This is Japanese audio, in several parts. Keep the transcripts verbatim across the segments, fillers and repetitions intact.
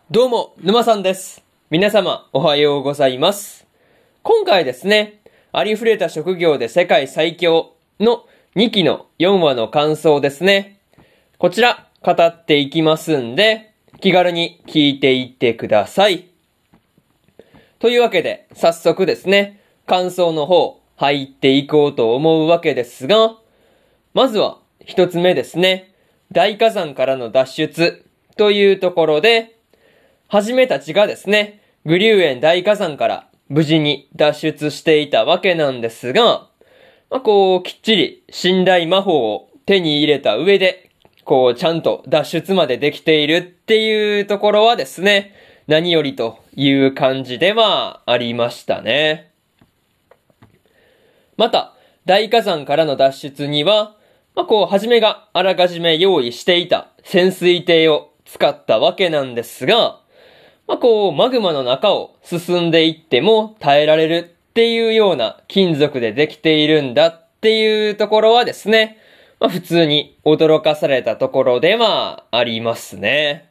どうも、沼さんです。皆様、おはようございます。今回ですね、ありふれた職業で世界最強のにきのよんわの感想ですね。こちら、語っていきますんで、気軽に聞いていってください。というわけで、早速ですね、感想の方、入っていこうと思うわけですが、まずは、一つ目ですね、大火山からの脱出というところで、はじめたちがですね、グリュウエン大火山から無事に脱出していたわけなんですが、まあ、こう、きっちり信頼魔法を手に入れた上で、こう、ちゃんと脱出までできているっていうところはですね、何よりという感じではありましたね。また、大火山からの脱出には、まあ、こう、はじめがあらかじめ用意していた潜水艇を使ったわけなんですが、まあ、こう、マグマの中を進んでいっても耐えられるっていうような金属でできているんだっていうところはですね、まあ、普通に驚かされたところではありますね。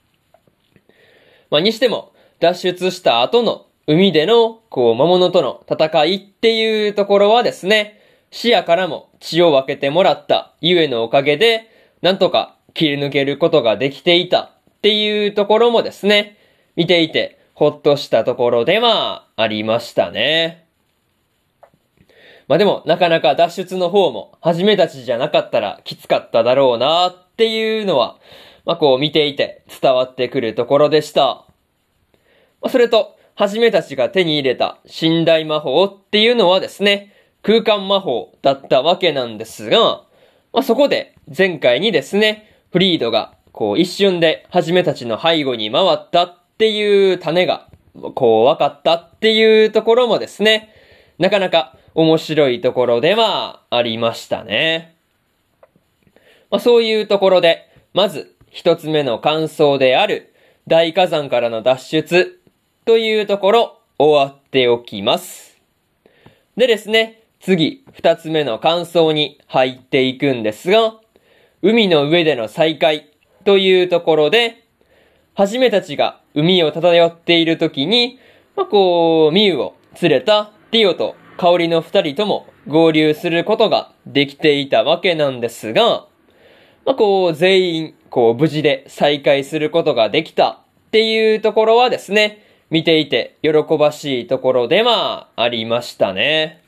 まあ、にしても、脱出した後の海での、こう、魔物との戦いっていうところはですね、視野からも血を分けてもらったゆえのおかげで、なんとか切り抜けることができていたっていうところもですね、見ていてほっとしたところではありましたね。まあでもなかなか脱出の方もはじめたちじゃなかったらきつかっただろうなっていうのは、まあこう見ていて伝わってくるところでした。まあ、それと、はじめたちが手に入れた信頼魔法っていうのはですね、空間魔法だったわけなんですが、まあそこで前回にですね、フリードがこう一瞬ではじめたちの背後に回ったっていう種が、こう分かったっていうところもですね、なかなか面白いところではありましたね。まあ、そういうところで、まず一つ目の感想である大火山からの脱出というところ終わっておきます。でですね、次二つ目の感想に入っていくんですが、海の上での再会というところで、はじめたちが海を漂っている時に、まあ、こう、ミウを連れたティオとカオリの二人とも合流することができていたわけなんですが、まあ、こう、全員、こう、無事で再会することができたっていうところはですね、見ていて喜ばしいところではありましたね。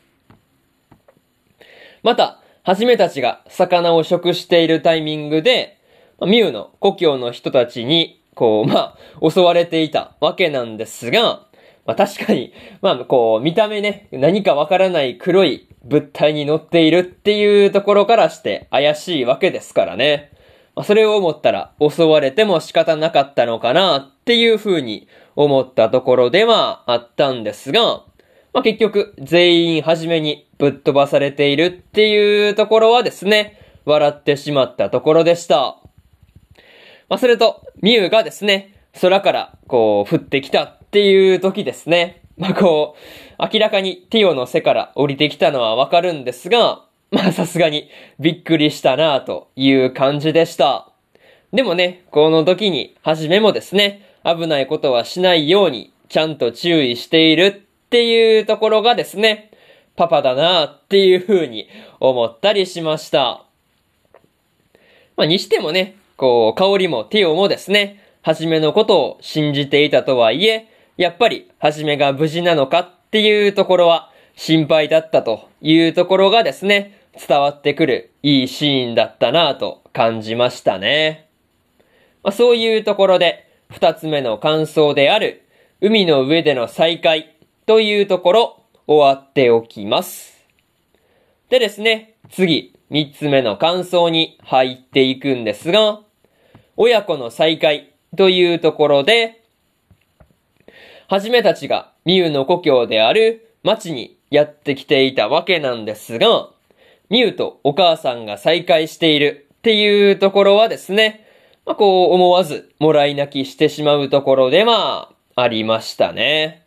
また、はじめたちが魚を食しているタイミングで、ミウの故郷の人たちにこう、まあ、襲われていたわけなんですが、まあ確かに、まあこう、見た目ね、何かわからない黒い物体に乗っているっていうところからして怪しいわけですからね。まあそれを思ったら襲われても仕方なかったのかなっていう風に思ったところではあったんですが、まあ結局全員初めにぶっ飛ばされているっていうところはですね、笑ってしまったところでした。まあ、それと、ミュウがですね、空からこう降ってきたっていう時ですね。まあ、こう、明らかにティオの背から降りてきたのはわかるんですが、まあさすがにびっくりしたなという感じでした。でもね、この時に、はじめもですね、危ないことはしないように、ちゃんと注意しているっていうところがですね、パパだなっていう風に思ったりしました。まあ、にしてもね、こう、香りもティオもですね、はじめのことを信じていたとはいえ、やっぱり、はじめが無事なのかっていうところは、心配だったというところがですね、伝わってくるいいシーンだったなぁと感じましたね。まあ、そういうところで、二つ目の感想である、海の上での再会というところ、終わっておきます。でですね、次、三つ目の感想に入っていくんですが、親子の再会というところで、はじめたちがミウの故郷である町にやってきていたわけなんですが、ミウとお母さんが再会しているっていうところはですね、まあ、こう思わずもらい泣きしてしまうところでまあ、ありましたね。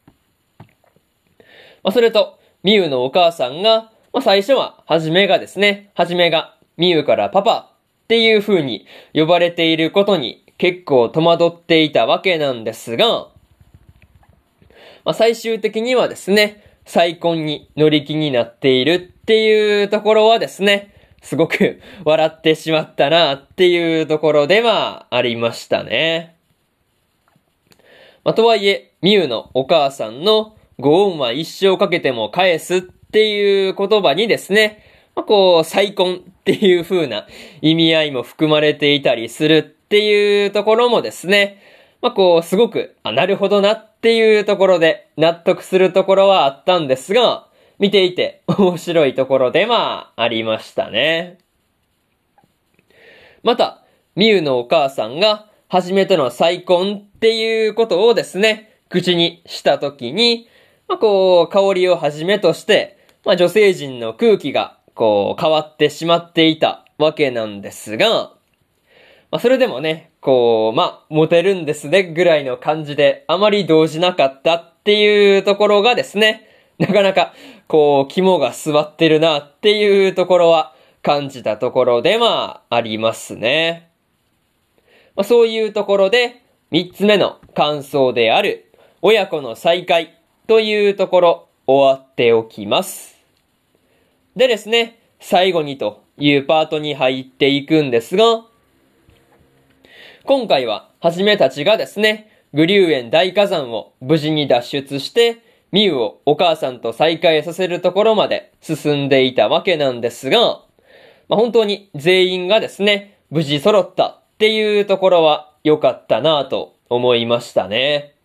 まあ、それと、ミウのお母さんが、まあ、最初ははじめがですね、はじめがミウからパパっていう風に呼ばれていることに結構戸惑っていたわけなんですが、まあ、最終的にはですね、再婚に乗り気になっているっていうところはですね、すごく笑ってしまったなっていうところではありましたね。まあ、とはいえ、みゆのお母さんのご恩は一生かけても返すっていう言葉にですね、まあ、こう、再婚っていう風な意味合いも含まれていたりするっていうところもですね、まあ、こう、すごく、あ、なるほどなっていうところで納得するところはあったんですが、見ていて面白いところではありましたね。また、みゆのお母さんが、初めての再婚っていうことをですね、口にしたときに、まあ、こう、香りをはじめとして、まあ、女性陣の空気が、こう、変わってしまっていたわけなんですが、まあ、それでもね、こう、まあ、モテるんですね、ぐらいの感じで、あまり動じなかったっていうところがですね、なかなか、こう、肝が据わってるなっていうところは感じたところではありますね。まあ、そういうところで、三つ目の感想である、親子の再会というところ、終わっておきます。でですね、最後にというパートに入っていくんですが、今回は、はじめたちがですね、グリューエン大火山を無事に脱出して、ミユをお母さんと再会させるところまで進んでいたわけなんですが、まあ、本当に全員がですね、無事揃ったっていうところは良かったなぁと思いましたね。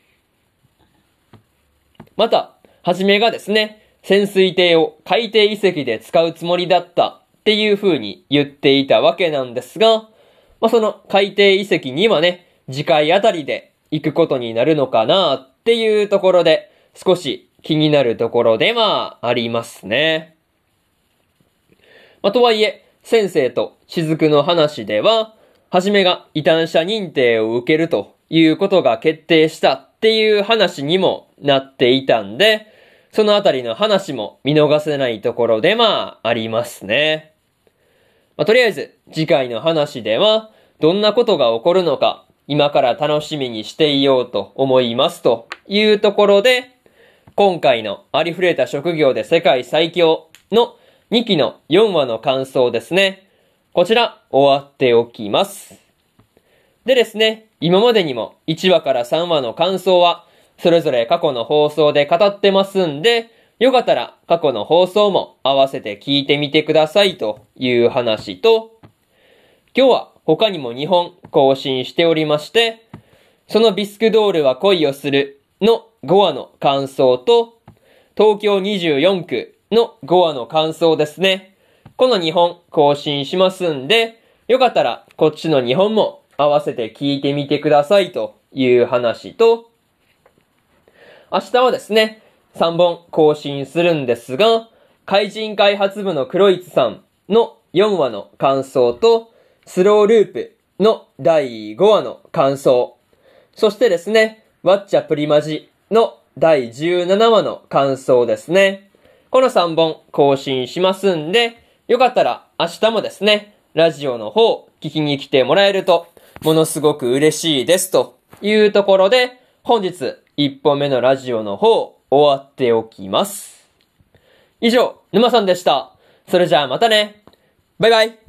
また、はじめがですね、潜水艇を海底遺跡で使うつもりだったっていう風に言っていたわけなんですが、まあ、その海底遺跡にはね、次回あたりで行くことになるのかなっていうところで、少し気になるところではありますね。まあ、とはいえ、先生と雫の話では、はじめが異端者認定を受けるということが決定したっていう話にもなっていたんで、そのあたりの話も見逃せないところでまあありますね。まあ、とりあえず次回の話ではどんなことが起こるのか今から楽しみにしていようと思いますというところで、今回のありふれた職業で世界最強のにきのよんわの感想ですね。こちら終わっておきます。でですね、今までにもいちわからさんわの感想はそれぞれ過去の放送で語ってますんで、よかったら過去の放送も合わせて聞いてみてくださいという話と、今日は他にもにほん更新しておりまして、そのビスクドールは恋をするのごわの感想と、東京にじゅうよんくのごわの感想ですね。このにほん更新しますんで、よかったらこっちのにほんも合わせて聞いてみてくださいという話と、明日はですね、さんぼん更新するんですが、怪人開発部のクロイツさんのよんわの感想と、スローループのだいごわの感想、そしてですね、ワッチャプリマジのだいじゅうななわの感想ですね。このさんぼん更新しますんで、よかったら明日もですね、ラジオの方聞きに来てもらえると、ものすごく嬉しいですというところで、本日いっぽんめのラジオの方終わっておきます。以上、沼さんでした。それじゃあまたね。バイバイ。